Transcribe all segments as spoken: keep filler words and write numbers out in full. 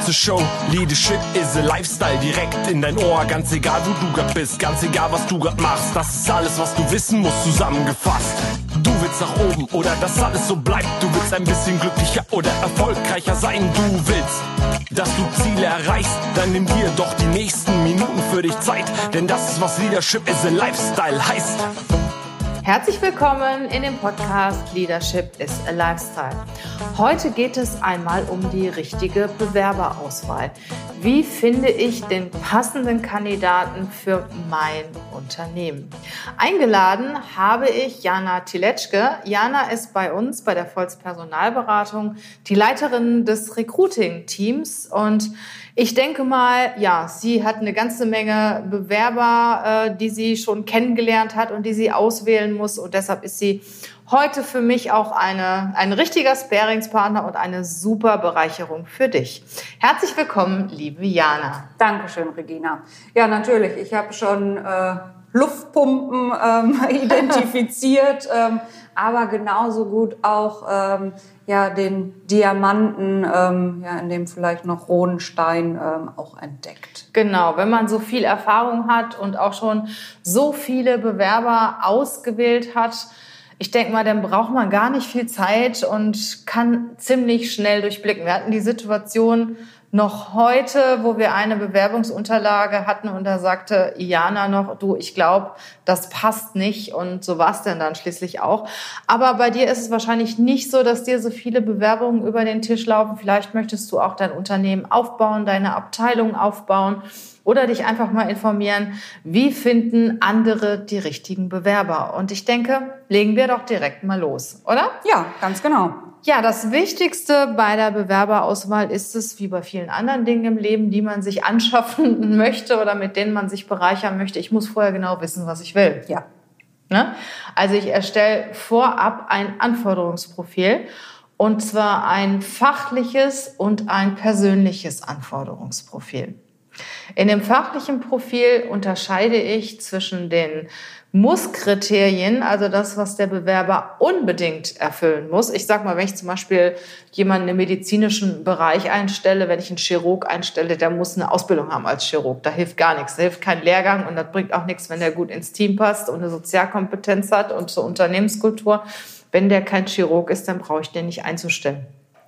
kurze Show. Leadership is a Lifestyle, direkt in dein Ohr. Ganz egal, wo du grad bist, ganz egal, was du grad machst. Das ist alles, was du wissen musst, zusammengefasst. Du willst nach oben oder dass alles so bleibt. Du willst ein bisschen glücklicher oder erfolgreicher sein. Du willst, dass du Ziele erreichst. Dann nimm dir doch die nächsten Minuten für dich Zeit. Denn das ist, was Leadership is a Lifestyle heißt. Herzlich willkommen in dem Podcast Leadership is a Lifestyle. Heute geht es einmal um die richtige Bewerberauswahl. Wie finde ich den passenden Kandidaten für mein Unternehmen? Eingeladen habe ich Jana Tiletschke. Jana ist bei uns bei der Volz Personalberatung die Leiterin des Recruiting-Teams und ich denke mal, ja, sie hat eine ganze Menge Bewerber, äh, die sie schon kennengelernt hat und die sie auswählen muss. Und deshalb ist sie heute für mich auch eine, ein richtiger Sparingspartner und eine super Bereicherung für dich. Herzlich willkommen, liebe Jana. Dankeschön, Regina. Ja, natürlich. Ich habe schon äh, Luftpumpen ähm, identifiziert, ähm, aber genauso gut auch ähm, ja, den Diamanten, ähm, ja, in dem vielleicht noch rohen Stein ähm, auch entdeckt. Genau, wenn man so viel Erfahrung hat und auch schon so viele Bewerber ausgewählt hat, ich denke mal, dann braucht man gar nicht viel Zeit und kann ziemlich schnell durchblicken. Wir hatten die Situation noch heute, wo wir eine Bewerbungsunterlage hatten und da sagte Jana noch, du, ich glaube, das passt nicht und so war es denn dann schließlich auch. Aber bei dir ist es wahrscheinlich nicht so, dass dir so viele Bewerbungen über den Tisch laufen. Vielleicht möchtest du auch dein Unternehmen aufbauen, deine Abteilung aufbauen oder dich einfach mal informieren, wie finden andere die richtigen Bewerber. Und ich denke, legen wir doch direkt mal los, oder? Ja, ganz genau. Ja, das Wichtigste bei der Bewerberauswahl ist es, wie bei vielen anderen Dingen im Leben, die man sich anschaffen möchte oder mit denen man sich bereichern möchte. Ich muss vorher genau wissen, was ich will. Ja. Ne? Also ich erstelle vorab ein Anforderungsprofil und zwar ein fachliches und ein persönliches Anforderungsprofil. In dem fachlichen Profil unterscheide ich zwischen den Muss-Kriterien, also das, was der Bewerber unbedingt erfüllen muss. Ich sag mal, wenn ich zum Beispiel jemanden im medizinischen Bereich einstelle, wenn ich einen Chirurg einstelle, der muss eine Ausbildung haben als Chirurg. Da hilft gar nichts. Da hilft kein Lehrgang und das bringt auch nichts, wenn der gut ins Team passt und eine Sozialkompetenz hat und zur Unternehmenskultur. Wenn der kein Chirurg ist, dann brauche ich den nicht einzustellen.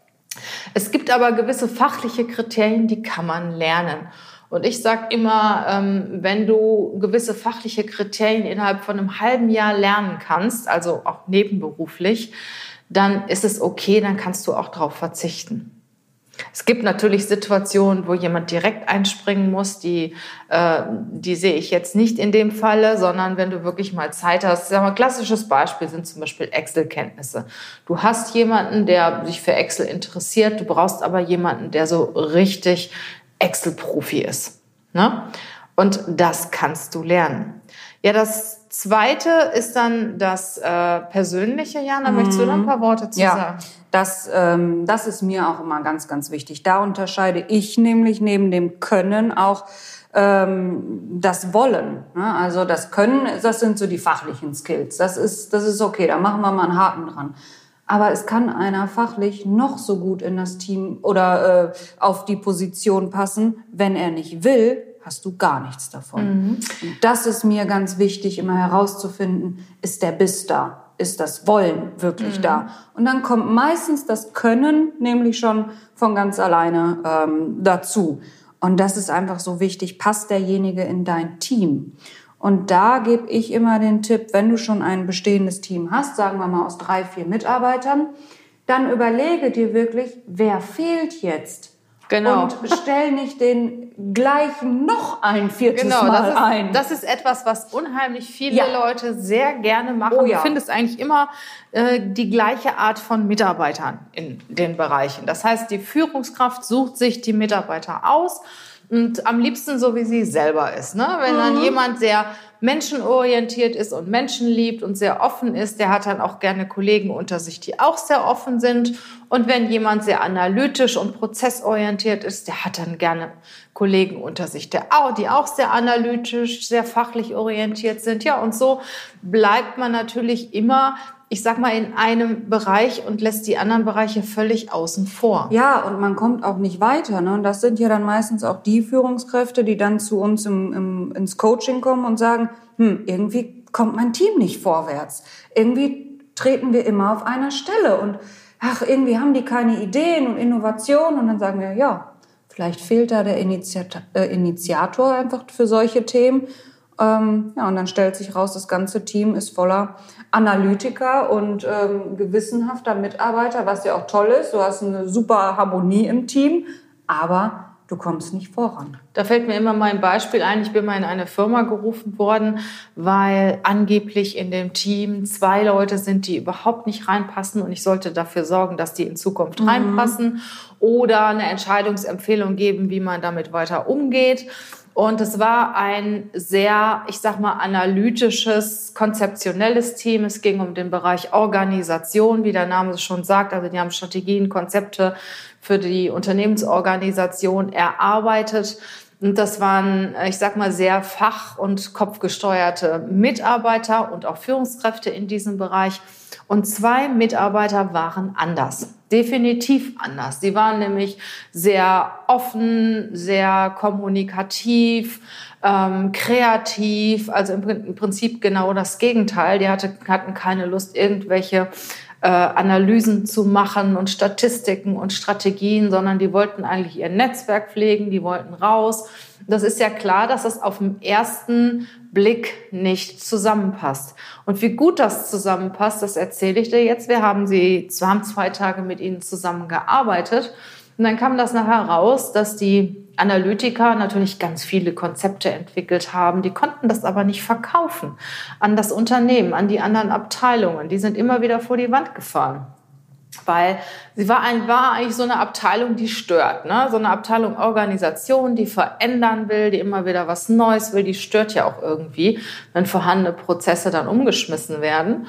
Es gibt aber gewisse fachliche Kriterien, die kann man lernen. Und ich sage immer, wenn du gewisse fachliche Kriterien innerhalb von einem halben Jahr lernen kannst, also auch nebenberuflich, dann ist es okay, dann kannst du auch darauf verzichten. Es gibt natürlich Situationen, wo jemand direkt einspringen muss, die, äh, die sehe ich jetzt nicht in dem Falle, sondern wenn du wirklich mal Zeit hast. Sagen wir, ein klassisches Beispiel sind zum Beispiel Excel-Kenntnisse. Du hast jemanden, der sich für Excel interessiert, du brauchst aber jemanden, der so richtig Excel-Profi ist. Ne? Und das kannst du lernen. Ja, das Zweite ist dann das äh, Persönliche. Jana, mhm. möchtest du da ein paar Worte zu ja, sagen? Das, ähm, das ist mir auch immer ganz, ganz wichtig. Da unterscheide ich nämlich neben dem Können auch ähm, das Wollen. Ne? Also das Können, das sind so die fachlichen Skills. Das ist, das ist okay, da machen wir mal einen Haken dran. Aber es kann einer fachlich noch so gut in das Team oder äh, auf die Position passen. Wenn er nicht will, hast du gar nichts davon. Mhm. Und das ist mir ganz wichtig, immer herauszufinden, ist der Biss da? Ist das Wollen wirklich mhm. da? Und dann kommt meistens das Können nämlich schon von ganz alleine ähm, dazu. Und das ist einfach so wichtig, passt derjenige in dein Team? Und da gebe ich immer den Tipp, wenn du schon ein bestehendes Team hast, sagen wir mal aus drei, vier Mitarbeitern, dann überlege dir wirklich, wer fehlt jetzt? Genau. Und stell nicht den gleichen noch ein viertes genau, Mal das ist, ein. Das ist etwas, was unheimlich viele ja. Leute sehr gerne machen. Oh, ja. Du findest eigentlich immer äh, die gleiche Art von Mitarbeitern in den Bereichen. Das heißt, die Führungskraft sucht sich die Mitarbeiter aus und am liebsten so, wie sie selber ist. Ne? Wenn mhm. dann jemand sehr menschenorientiert ist und Menschen liebt und sehr offen ist, der hat dann auch gerne Kollegen unter sich, die auch sehr offen sind. Und wenn jemand sehr analytisch und prozessorientiert ist, der hat dann gerne Kollegen unter sich, der auch, die auch sehr analytisch, sehr fachlich orientiert sind. Ja, und so bleibt man natürlich immer ich sag mal, in einem Bereich und lässt die anderen Bereiche völlig außen vor. Ja, und man kommt auch nicht weiter. Ne? Und das sind ja dann meistens auch die Führungskräfte, die dann zu uns im, im, ins Coaching kommen und sagen, hm, irgendwie kommt mein Team nicht vorwärts. Irgendwie treten wir immer auf einer Stelle und ach, irgendwie haben die keine Ideen und Innovationen. Und dann sagen wir, ja, vielleicht fehlt da der Initiator, äh, Initiator einfach für solche Themen. Ähm, ja, und dann stellt sich raus, das ganze Team ist voller Analytiker und ähm, gewissenhafter Mitarbeiter, was ja auch toll ist. Du hast eine super Harmonie im Team, aber du kommst nicht voran. Da fällt mir immer mal ein Beispiel ein. Ich bin mal in eine Firma gerufen worden, weil angeblich in dem Team zwei Leute sind, die überhaupt nicht reinpassen. Und ich sollte dafür sorgen, dass die in Zukunft mhm. reinpassen oder eine Entscheidungsempfehlung geben, wie man damit weiter umgeht. Und es war ein sehr, ich sag mal, analytisches, konzeptionelles Team. Es ging um den Bereich Organisation, wie der Name es schon sagt. Also die haben Strategien, Konzepte für die Unternehmensorganisation erarbeitet. Und das waren, ich sag mal, sehr fach- und kopfgesteuerte Mitarbeiter und auch Führungskräfte in diesem Bereich. Und zwei Mitarbeiter waren anders, definitiv anders. Sie waren nämlich sehr offen, sehr kommunikativ, ähm, kreativ, also im, im Prinzip genau das Gegenteil. Die hatte, hatten keine Lust, irgendwelche äh, Analysen zu machen und Statistiken und Strategien, sondern die wollten eigentlich ihr Netzwerk pflegen, die wollten raus. Das ist ja klar, dass das auf den ersten Blick nicht zusammenpasst. Und wie gut das zusammenpasst, das erzähle ich dir jetzt. Wir haben sie, wir haben zwei Tage mit ihnen zusammengearbeitet. Und dann kam das nachher raus, dass die Analytiker natürlich ganz viele Konzepte entwickelt haben. Die konnten das aber nicht verkaufen an das Unternehmen, an die anderen Abteilungen. Die sind immer wieder vor die Wand gefahren. Weil sie war, ein, war eigentlich so eine Abteilung, die stört, ne? So eine Abteilung Organisation, die verändern will, die immer wieder was Neues will, die stört ja auch irgendwie, wenn vorhandene Prozesse dann umgeschmissen werden.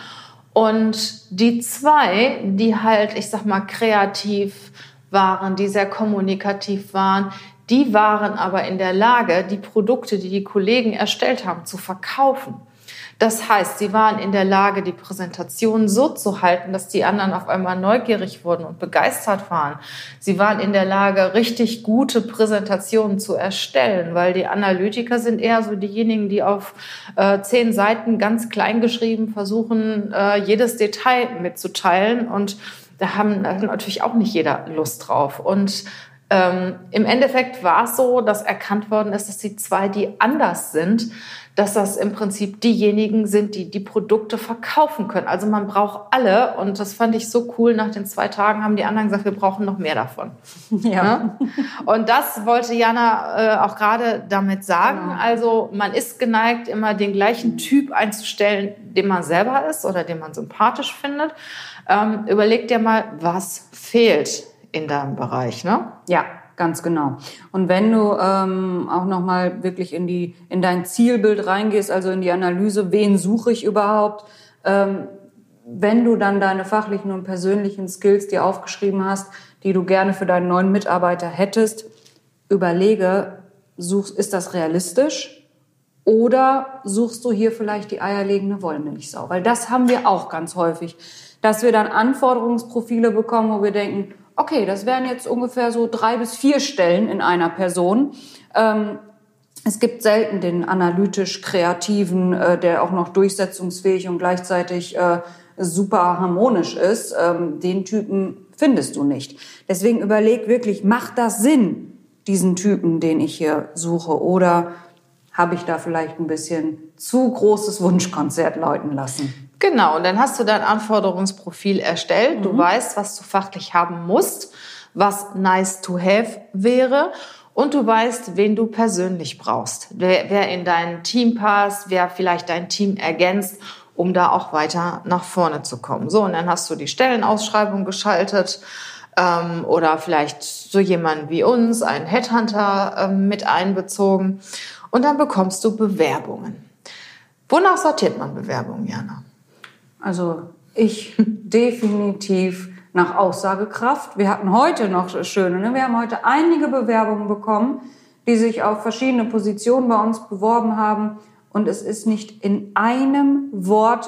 Und die zwei, die halt, ich sag mal, kreativ waren, die sehr kommunikativ waren, die waren aber in der Lage, die Produkte, die die Kollegen erstellt haben, zu verkaufen. Das heißt, sie waren in der Lage, die Präsentation so zu halten, dass die anderen auf einmal neugierig wurden und begeistert waren. Sie waren in der Lage, richtig gute Präsentationen zu erstellen, weil die Analytiker sind eher so diejenigen, die auf äh, zehn Seiten ganz klein geschrieben versuchen, äh, jedes Detail mitzuteilen. Und da haben natürlich auch nicht jeder Lust drauf. Und ähm, im Endeffekt war es so, dass erkannt worden ist, dass die zwei, die anders sind, dass das im Prinzip diejenigen sind, die die Produkte verkaufen können. Also man braucht alle. Und das fand ich so cool. Nach den zwei Tagen haben die anderen gesagt, wir brauchen noch mehr davon. Ja. Ja? Und das wollte Jana äh, auch gerade damit sagen. Ja. Also man ist geneigt, immer den gleichen Typ einzustellen, den man selber ist oder den man sympathisch findet. Ähm, überleg dir mal, was fehlt in deinem Bereich, ne? Ja. Ganz genau. Und wenn du ähm, auch nochmal wirklich in die in dein Zielbild reingehst, also in die Analyse, wen suche ich überhaupt, ähm, wenn du dann deine fachlichen und persönlichen Skills dir aufgeschrieben hast, die du gerne für deinen neuen Mitarbeiter hättest, überlege, suchst, ist das realistisch oder suchst du hier vielleicht die eierlegende Wollmilchsau? Weil das haben wir auch ganz häufig, dass wir dann Anforderungsprofile bekommen, wo wir denken, okay, das wären jetzt ungefähr so drei bis vier Stellen in einer Person. Ähm, es gibt selten den analytisch Kreativen, äh, der auch noch durchsetzungsfähig und gleichzeitig äh, super harmonisch ist. Ähm, den Typen findest du nicht. Deswegen überleg wirklich, macht das Sinn, diesen Typen, den ich hier suche? Oder habe ich da vielleicht ein bisschen zu großes Wunschkonzert läuten lassen? Genau, und dann hast du dein Anforderungsprofil erstellt. Mhm. Du weißt, was du fachlich haben musst, was nice to have wäre. Und du weißt, wen du persönlich brauchst. Wer, wer in dein Team passt, wer vielleicht dein Team ergänzt, um da auch weiter nach vorne zu kommen. So, und dann hast du die Stellenausschreibung geschaltet ähm, oder vielleicht so jemanden wie uns, einen Headhunter ähm, mit einbezogen. Und dann bekommst du Bewerbungen. Wonach sortiert man Bewerbungen, Jana? Also ich definitiv nach Aussagekraft. Wir hatten heute noch schöne, ne? Wir haben heute einige Bewerbungen bekommen, die sich auf verschiedene Positionen bei uns beworben haben. Und es ist nicht in einem Wort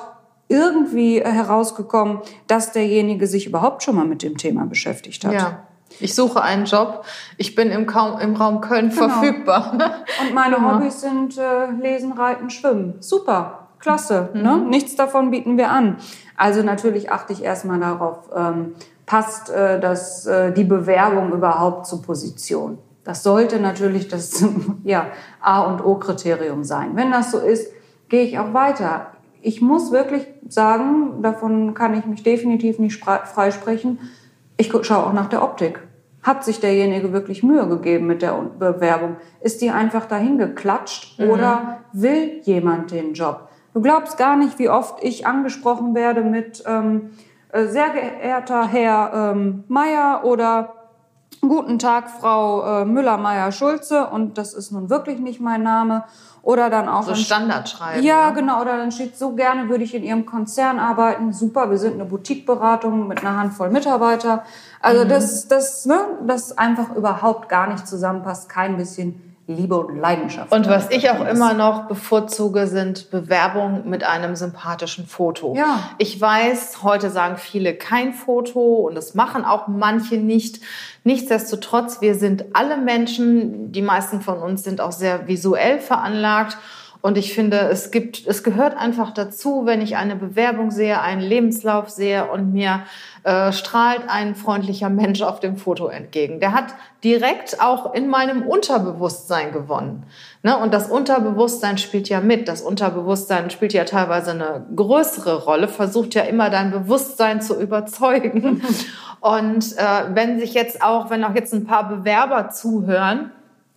irgendwie herausgekommen, dass derjenige sich überhaupt schon mal mit dem Thema beschäftigt hat. Ja. Ich suche einen Job, ich bin im, Kaum, im Raum Köln genau. verfügbar. Und meine genau. Hobbys sind äh, Lesen, Reiten, Schwimmen. Super, klasse. Mhm. Ne? Nichts davon bieten wir an. Also natürlich achte ich erstmal darauf, ähm, passt äh, das, äh, die Bewerbung überhaupt zur Position. Das sollte natürlich das ja, A- und O-Kriterium sein. Wenn das so ist, gehe ich auch weiter. Ich muss wirklich sagen, davon kann ich mich definitiv nicht freisprechen, ich schaue auch nach der Optik. Hat sich derjenige wirklich Mühe gegeben mit der Bewerbung? Ist die einfach dahin geklatscht mhm. oder will jemand den Job? Du glaubst gar nicht, wie oft ich angesprochen werde mit ähm, sehr geehrter Herr ähm, Meier oder guten Tag, Frau äh, Müller-Meyer-Schulze, und das ist nun wirklich nicht mein Name. Oder dann auch so Standardschreiben. Ja, ne? genau. Oder dann steht, so gerne würde ich in Ihrem Konzern arbeiten. Super, wir sind eine Boutique-Beratung mit einer Handvoll Mitarbeiter. Also mhm. das, das, ne, das einfach überhaupt gar nicht zusammenpasst. Kein bisschen Liebe und Leidenschaft. Und was ich auch immer noch bevorzuge, sind Bewerbungen mit einem sympathischen Foto. Ja. Ich weiß, heute sagen viele kein Foto und das machen auch manche nicht. Nichtsdestotrotz, wir sind alle Menschen, die meisten von uns sind auch sehr visuell veranlagt. Und ich finde, es gibt, es gehört einfach dazu, wenn ich eine Bewerbung sehe, einen Lebenslauf sehe und mir äh, strahlt ein freundlicher Mensch auf dem Foto entgegen. Der hat direkt auch in meinem Unterbewusstsein gewonnen. Ne? Und das Unterbewusstsein spielt ja mit. Das Unterbewusstsein spielt ja teilweise eine größere Rolle, versucht ja immer dein Bewusstsein zu überzeugen. Und äh, wenn sich jetzt auch, wenn auch jetzt ein paar Bewerber zuhören,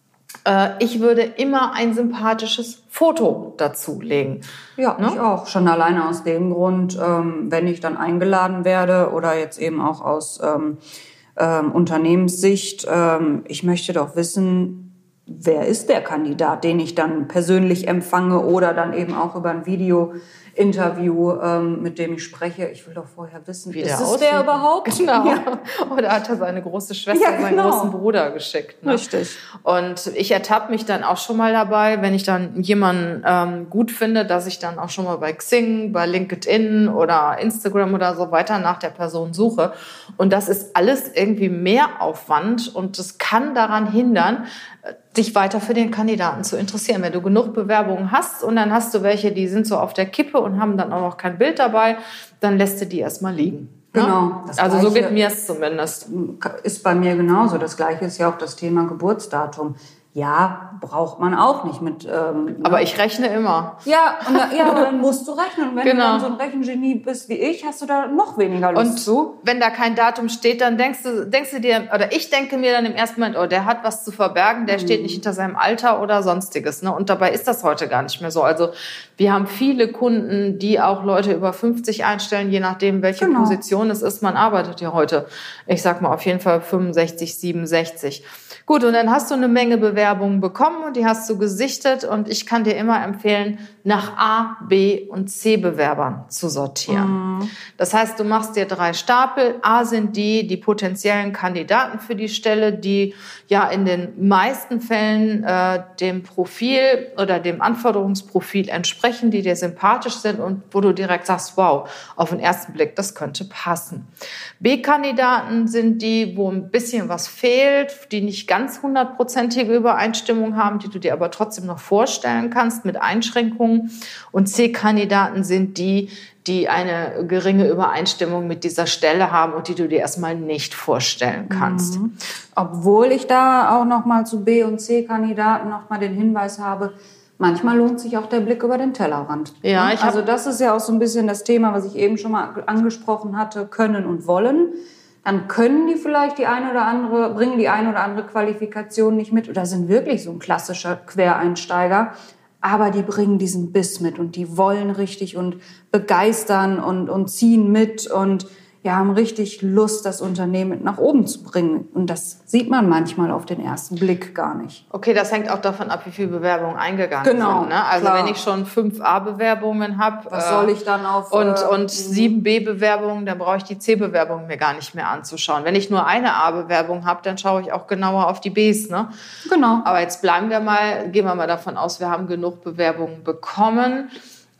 ich würde immer ein sympathisches Foto dazulegen. Ja, ne? Ich auch. Schon alleine aus dem Grund, ähm, wenn ich dann eingeladen werde oder jetzt eben auch aus ähm, ähm, Unternehmenssicht, ähm, ich möchte doch wissen, wer ist der Kandidat, den ich dann persönlich empfange oder dann eben auch über ein Video-Interview, ähm, mit dem ich spreche. Ich will doch vorher wissen, wie ist der es der überhaupt? Genau. Ja. Oder hat er seine große Schwester, ja, genau. seinen großen Bruder geschickt. Ne? Richtig. Und ich ertappe mich dann auch schon mal dabei, wenn ich dann jemanden ähm, gut finde, dass ich dann auch schon mal bei Xing, bei LinkedIn oder Instagram oder so weiter nach der Person suche. Und das ist alles irgendwie mehr Aufwand und das kann daran hindern, dich weiter für den Kandidaten zu interessieren. Wenn du genug Bewerbungen hast und dann hast du welche, die sind so auf der Kippe und haben dann auch noch kein Bild dabei, dann lässt du die erstmal liegen. Genau. Das also so geht mir es zumindest. Ist bei mir genauso. Das Gleiche ist ja auch das Thema Geburtsdatum. Ja, braucht man auch nicht mit. Ähm, aber ne? Ich rechne immer. Ja, und da, ja, aber dann musst du rechnen. Und wenn genau. du dann so ein Rechengenie bist wie ich, hast du da noch weniger Lust und zu. Wenn da kein Datum steht, dann denkst du, denkst du dir, oder ich denke mir dann im ersten Moment, oh, der hat was zu verbergen, der mhm. steht nicht hinter seinem Alter oder sonstiges. Ne? Und dabei ist das heute gar nicht mehr so. Also wir haben viele Kunden, die auch Leute über fünfzig einstellen, je nachdem, welche genau. Position es ist. Man arbeitet ja heute, ich sag mal, auf jeden Fall fünfundsechzig, siebenundsechzig. Gut, und dann hast du eine Menge Bewerbungen bekommen und die hast du gesichtet und ich kann dir immer empfehlen, nach A, B und C Bewerbern zu sortieren. Mhm. Das heißt, du machst dir drei Stapel. A sind die, die potenziellen Kandidaten für die Stelle, die ja in den meisten Fällen äh, dem Profil oder dem Anforderungsprofil entsprechen, die dir sympathisch sind und wo du direkt sagst, wow, auf den ersten Blick, das könnte passen. B-Kandidaten sind die, wo ein bisschen was fehlt, die nicht ganz hundertprozentige Übereinstimmung haben, die du dir aber trotzdem noch vorstellen kannst mit Einschränkungen. Und C-Kandidaten sind die, die eine geringe Übereinstimmung mit dieser Stelle haben und die du dir erstmal nicht vorstellen kannst. Mhm. Obwohl ich da auch noch mal zu B- und C-Kandidaten noch mal den Hinweis habe, manchmal lohnt sich auch der Blick über den Tellerrand. Ja, ich also das ist ja auch so ein bisschen das Thema, was ich eben schon mal angesprochen hatte, können und wollen. Dann können die vielleicht die eine oder andere, bringen die eine oder andere Qualifikation nicht mit oder sind wirklich so ein klassischer Quereinsteiger. Aber die bringen diesen Biss mit und die wollen richtig und begeistern und, und ziehen mit und ja, haben richtig Lust, das Unternehmen mit nach oben zu bringen. Und das sieht man manchmal auf den ersten Blick gar nicht. Okay, das hängt auch davon ab, wie viele Bewerbungen eingegangen genau, sind. Ne? Also klar. wenn ich schon fünf A-Bewerbungen habe was soll ich dann auf und, äh, und sieben B-Bewerbungen, dann brauche ich die C-Bewerbungen mir gar nicht mehr anzuschauen. Wenn ich nur eine A-Bewerbung habe, dann schaue ich auch genauer auf die Bs. Ne? Genau. Aber jetzt bleiben wir mal, gehen wir mal davon aus, wir haben genug Bewerbungen bekommen.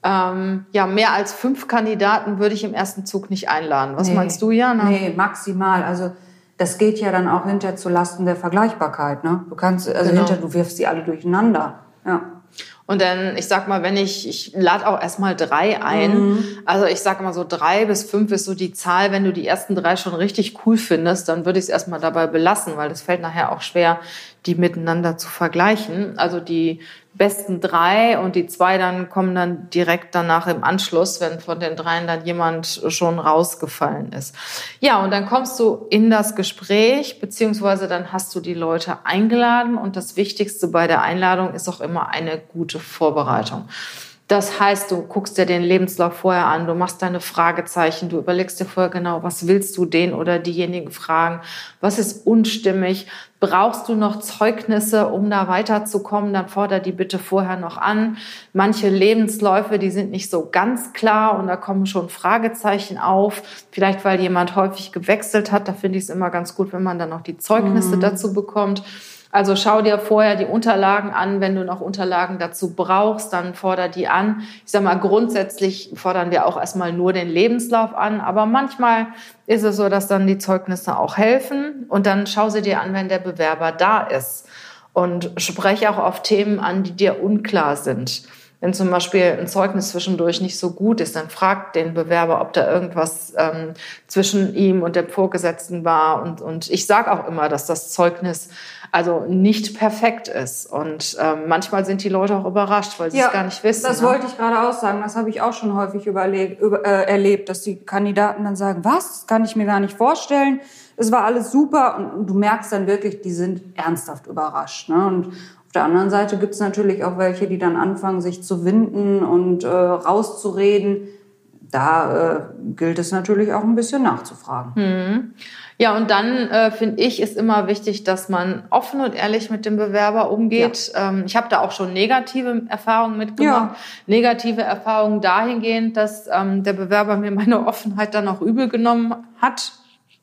Ähm, ja, mehr als fünf Kandidaten würde ich im ersten Zug nicht einladen. Was nee. meinst du, Jana? Nee, maximal. Also das geht ja dann auch hinter zu Lasten der Vergleichbarkeit. Ne? Du kannst, also genau. hinter, du wirfst sie alle durcheinander. Ja. Und dann, ich sag mal, wenn ich, ich lade auch erstmal drei ein. Mhm. Also ich sag mal so drei bis fünf ist so die Zahl. Wenn du die ersten drei schon richtig cool findest, dann würde ich es erstmal dabei belassen, weil das fällt nachher auch schwer, die miteinander zu vergleichen. Also die besten drei und die zwei dann kommen dann direkt danach im Anschluss, wenn von den dreien dann jemand schon rausgefallen ist. Ja, und dann kommst du in das Gespräch, beziehungsweise dann hast du die Leute eingeladen und das Wichtigste bei der Einladung ist auch immer eine gute Vorbereitung. Das heißt, du guckst dir den Lebenslauf vorher an, du machst deine Fragezeichen, du überlegst dir vorher genau, was willst du den oder diejenigen fragen, was ist unstimmig, brauchst du noch Zeugnisse, um da weiterzukommen, dann forder die bitte vorher noch an. Manche Lebensläufe, die sind nicht so ganz klar und da kommen schon Fragezeichen auf, vielleicht weil jemand häufig gewechselt hat, da finde ich es immer ganz gut, wenn man dann noch die Zeugnisse mhm. dazu bekommt. Also schau dir vorher die Unterlagen an. Wenn du noch Unterlagen dazu brauchst, dann forder die an. Ich sag mal, grundsätzlich fordern wir auch erstmal nur den Lebenslauf an. Aber manchmal ist es so, dass dann die Zeugnisse auch helfen. Und dann schau sie dir an, wenn der Bewerber da ist. Und spreche auch auf Themen an, die dir unklar sind. Wenn zum Beispiel ein Zeugnis zwischendurch nicht so gut ist, dann frag den Bewerber, ob da irgendwas ähm, zwischen ihm und dem Vorgesetzten war. Und, und ich sage auch immer, dass das Zeugnis also nicht perfekt ist. Und ähm, manchmal sind die Leute auch überrascht, weil sie ja, es gar nicht wissen. Das ne? wollte ich gerade auch sagen. Das habe ich auch schon häufig überleg, über, äh, erlebt, dass die Kandidaten dann sagen, was? Das kann ich mir gar nicht vorstellen. Es war alles super. Und du merkst dann wirklich, die sind ernsthaft überrascht. Ne? Und auf der anderen Seite gibt es natürlich auch welche, die dann anfangen, sich zu winden und äh, rauszureden. Da äh, gilt es natürlich auch ein bisschen nachzufragen. Mhm. Ja, und dann äh, finde ich, ist immer wichtig, dass man offen und ehrlich mit dem Bewerber umgeht. Ja. Ähm, ich habe da auch schon negative Erfahrungen mitgemacht. Ja. Negative Erfahrungen dahingehend, dass ähm, der Bewerber mir meine Offenheit dann auch übel genommen hat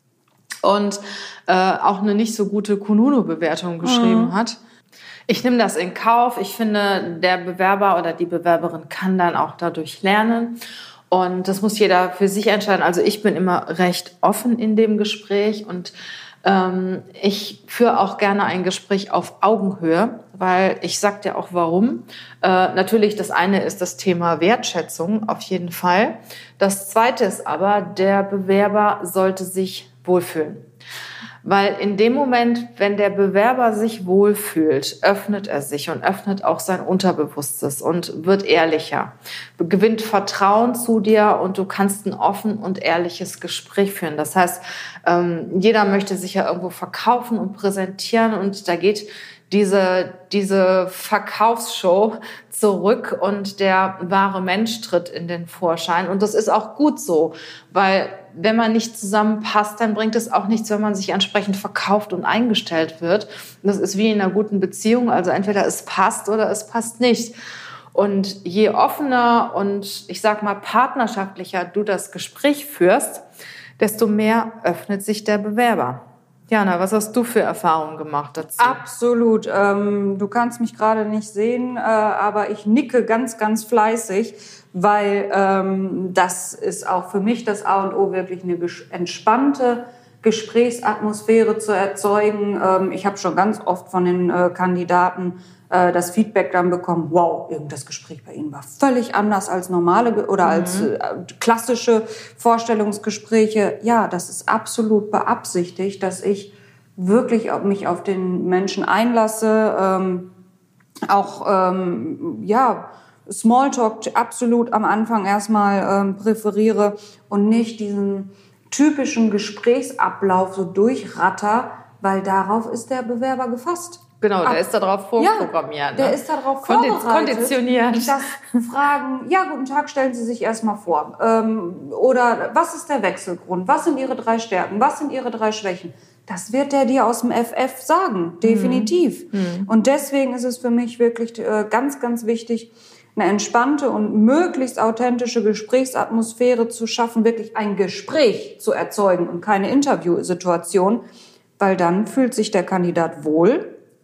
und äh, auch eine nicht so gute Kununu-Bewertung geschrieben mhm. hat. Ich nehme das in Kauf. Ich finde, der Bewerber oder die Bewerberin kann dann auch dadurch lernen. Und das muss jeder für sich entscheiden. Also ich bin immer recht offen in dem Gespräch und ähm, ich führe auch gerne ein Gespräch auf Augenhöhe, weil ich sag dir auch warum. Äh, natürlich, das eine ist das Thema Wertschätzung, auf jeden Fall. Das zweite ist aber, der Bewerber sollte sich wohlfühlen. Weil in dem Moment, wenn der Bewerber sich wohlfühlt, öffnet er sich und öffnet auch sein Unterbewusstes und wird ehrlicher, gewinnt Vertrauen zu dir und du kannst ein offen und ehrliches Gespräch führen. Das heißt, jeder möchte sich ja irgendwo verkaufen und präsentieren und da geht diese, diese Verkaufsshow zurück und der wahre Mensch tritt in den Vorschein. Und das ist auch gut so, weil wenn man nicht zusammenpasst, dann bringt es auch nichts, wenn man sich entsprechend verkauft und eingestellt wird. Das ist wie in einer guten Beziehung, also entweder es passt oder es passt nicht. Und je offener und ich sag mal partnerschaftlicher du das Gespräch führst, desto mehr öffnet sich der Bewerber. Jana, was hast du für Erfahrungen gemacht dazu? Absolut. Ähm, du kannst mich gerade nicht sehen, äh, aber ich nicke ganz, ganz fleißig, weil ähm, das ist auch für mich das A und O, wirklich eine ges- entspannte Gesprächsatmosphäre zu erzeugen. Ähm, ich habe schon ganz oft von den äh, Kandidaten äh, das Feedback dann bekommen, wow, das Gespräch bei Ihnen war völlig anders als normale oder mhm. als äh, klassische Vorstellungsgespräche. Ja, das ist absolut beabsichtigt, dass ich wirklich mich auf den Menschen einlasse, ähm, auch ähm, ja Smalltalk absolut am Anfang erstmal ähm, präferiere und nicht diesen typischen Gesprächsablauf so durchratter, weil darauf ist der Bewerber gefasst. Genau, der Ab, ist darauf vorprogrammiert. Ja, der ne? ist darauf Kondi- vorbereitet. Konditioniert. Das Fragen, ja, guten Tag, stellen Sie sich erstmal vor. Ähm, oder was ist der Wechselgrund? Was sind Ihre drei Stärken? Was sind Ihre drei Schwächen? Das wird der dir aus dem F F sagen, definitiv. Mhm. Und deswegen ist es für mich wirklich äh, ganz, ganz wichtig, eine entspannte und möglichst authentische Gesprächsatmosphäre zu schaffen, wirklich ein Gespräch zu erzeugen und keine Interviewsituation, weil dann fühlt sich der Kandidat wohl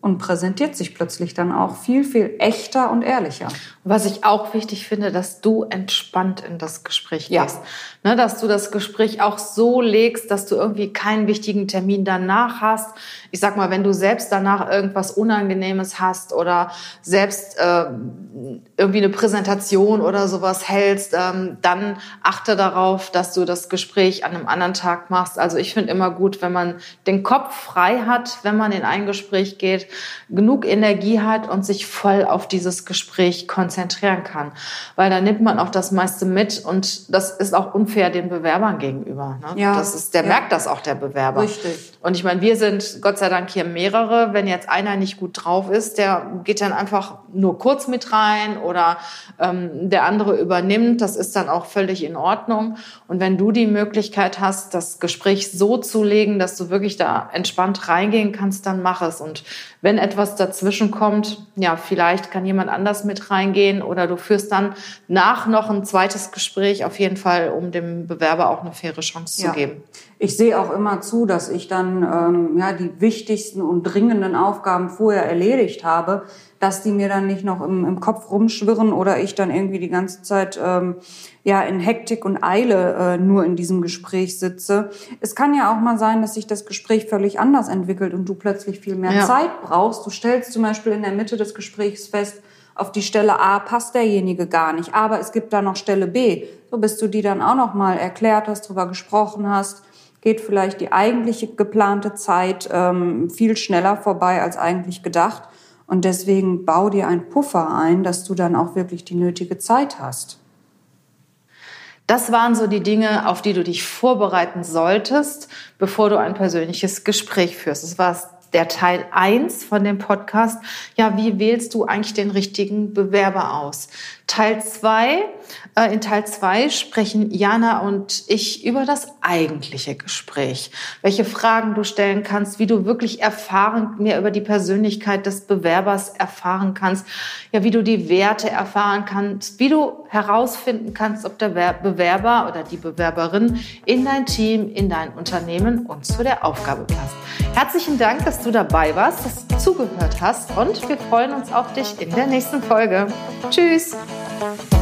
und präsentiert sich plötzlich dann auch viel, viel echter und ehrlicher. Was ich auch wichtig finde, dass du entspannt in das Gespräch Ja. gehst. Ne, dass du das Gespräch auch so legst, dass du irgendwie keinen wichtigen Termin danach hast. Ich sag mal, wenn du selbst danach irgendwas Unangenehmes hast oder selbst äh, irgendwie eine Präsentation oder sowas hältst, ähm, dann achte darauf, dass du das Gespräch an einem anderen Tag machst. Also ich finde immer gut, wenn man den Kopf frei hat, wenn man in ein Gespräch geht, genug Energie hat und sich voll auf dieses Gespräch konzentrieren kann. Weil da nimmt man auch das meiste mit und das ist auch unfair den Bewerbern gegenüber. Ne? Ja, das ist, der ja. merkt das auch, der Bewerber. Richtig. Und ich meine, wir sind Gott sei Dank hier mehrere. Wenn jetzt einer nicht gut drauf ist, der geht dann einfach nur kurz mit rein oder ähm, der andere übernimmt. Das ist dann auch völlig in Ordnung. Und wenn du die Möglichkeit hast, das Gespräch so zu legen, dass du wirklich da entspannt reingehen kannst, dann mach es. Und wenn etwas dazwischen kommt, ja, vielleicht kann jemand anders mit reingehen oder du führst dann nach noch ein zweites Gespräch auf jeden Fall, um dem Bewerber auch eine faire Chance Ja. zu geben. Ich sehe auch immer zu, dass ich dann ähm, ja, die wichtigsten und dringenden Aufgaben vorher erledigt habe, dass die mir dann nicht noch im, im Kopf rumschwirren oder ich dann irgendwie die ganze Zeit ähm, ja in Hektik und Eile äh, nur in diesem Gespräch sitze. Es kann ja auch mal sein, dass sich das Gespräch völlig anders entwickelt und du plötzlich viel mehr Ja. Zeit brauchst. Du stellst zum Beispiel in der Mitte des Gesprächs fest, auf die Stelle A passt derjenige gar nicht, aber es gibt da noch Stelle B. So, bis du die dann auch noch mal erklärt hast, drüber gesprochen hast, geht vielleicht die eigentliche geplante Zeit ähm, viel schneller vorbei als eigentlich gedacht. Und deswegen bau dir einen Puffer ein, dass du dann auch wirklich die nötige Zeit hast. Das waren so die Dinge, auf die du dich vorbereiten solltest, bevor du ein persönliches Gespräch führst. Das war der Teil eins von dem Podcast. Ja, wie wählst du eigentlich den richtigen Bewerber aus? Teil zwei, äh, in Teil zwei sprechen Jana und ich über das eigentliche Gespräch. Welche Fragen du stellen kannst, wie du wirklich erfahren, mehr über die Persönlichkeit des Bewerbers erfahren kannst, ja, wie du die Werte erfahren kannst, wie du herausfinden kannst, ob der Bewerber oder die Bewerberin in dein Team, in dein Unternehmen und zu der Aufgabe passt. Herzlichen Dank, dass du dabei warst, dass du zugehört hast und wir freuen uns auf dich in der nächsten Folge. Tschüss!